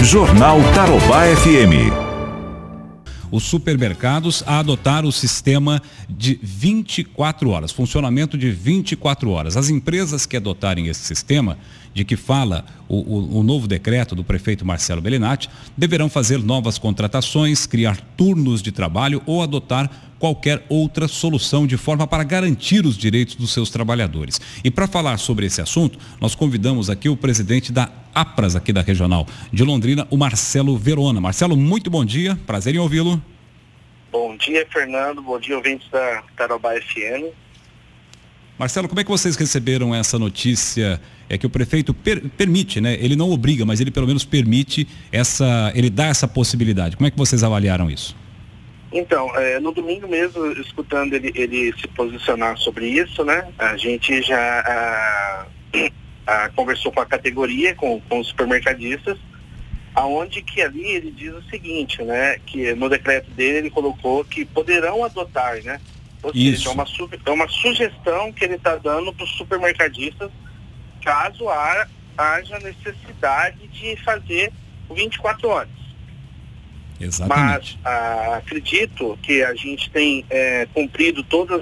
Jornal Tarobá FM. Os supermercados a adotar o sistema de 24 horas, funcionamento de 24 horas. As empresas que adotarem esse sistema, de que fala o novo decreto do prefeito Marcelo Bellinati, deverão fazer novas contratações, criar turnos de trabalho ou adotar qualquer outra solução de forma para garantir os direitos dos seus trabalhadores. E para falar sobre esse assunto, nós convidamos aqui o presidente da APRAS aqui da Regional de Londrina, o Marcelo Verona. Marcelo, muito bom dia, prazer em ouvi-lo. Bom dia, Fernando, bom dia, ouvintes da Tarobá FM. Marcelo, como é que vocês receberam essa notícia? É que o prefeito permite, né? Ele não obriga, mas ele pelo menos permite ele dá essa possibilidade. Como é que vocês avaliaram isso? Então, no domingo mesmo, escutando ele se posicionar sobre isso, né? A gente já conversou com a categoria, com os supermercadistas, aonde que ali ele diz o seguinte, né? Que no decreto dele ele colocou que poderão adotar, né? Ou seja, é uma sugestão que ele está dando para os supermercadistas, caso haja necessidade de fazer 24 horas. Exatamente. Mas acredito que a gente tem cumprido todos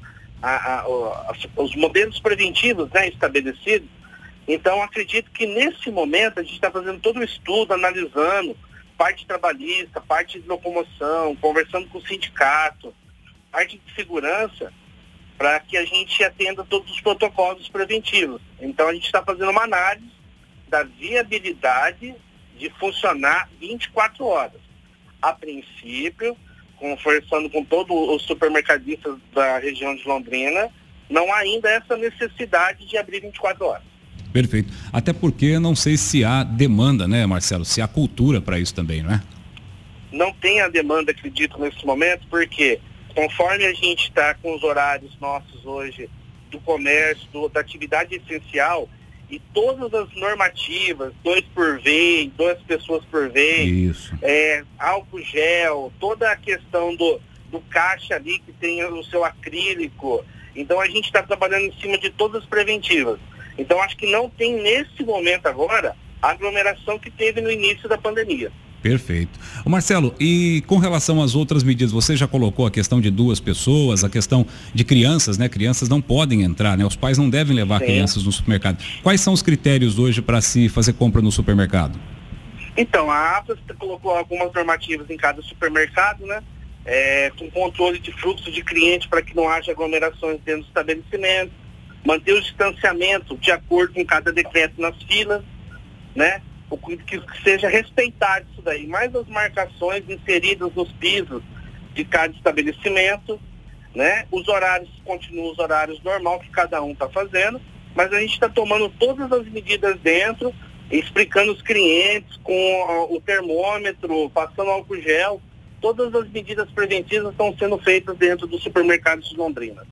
os modelos preventivos, né, estabelecidos. Então acredito que nesse momento a gente está fazendo todo o estudo, analisando parte trabalhista, parte de locomoção, conversando com o sindicato, parte de segurança, para que a gente atenda todos os protocolos preventivos. Então a gente está fazendo uma análise da viabilidade de funcionar 24 horas. A princípio, conversando com todos os supermercadistas da região de Londrina, não há ainda essa necessidade de abrir 24 horas. Perfeito. Até porque não sei se há demanda, né, Marcelo? Se há cultura para isso também, não é? Não tem a demanda, acredito, nesse momento, porque conforme a gente está com os horários nossos hoje do comércio, da atividade essencial, e todas as normativas, 2 por vez, 2 pessoas por vez, álcool gel, toda a questão do caixa ali que tem o seu acrílico. Então a gente está trabalhando em cima de todas as preventivas. Então acho que não tem nesse momento agora a aglomeração que teve no início da pandemia. Perfeito. Ô Marcelo, e com relação às outras medidas, você já colocou a questão de 2 pessoas, a questão de crianças, né? Crianças não podem entrar, né? Os pais não devem levar crianças no supermercado. Quais são os critérios hoje para se fazer compra no supermercado? Então, a APRAS colocou algumas normativas em cada supermercado, né? Com controle de fluxo de cliente para que não haja aglomerações dentro do estabelecimento, manter o distanciamento de acordo com cada decreto nas filas, né? Que seja respeitado isso daí, mais as marcações inseridas nos pisos de cada estabelecimento, né? Os horários continuam os horários normais que cada um está fazendo, mas a gente está tomando todas as medidas dentro, explicando os clientes com o termômetro, passando álcool gel, todas as medidas preventivas estão sendo feitas dentro dos supermercados de Londrina.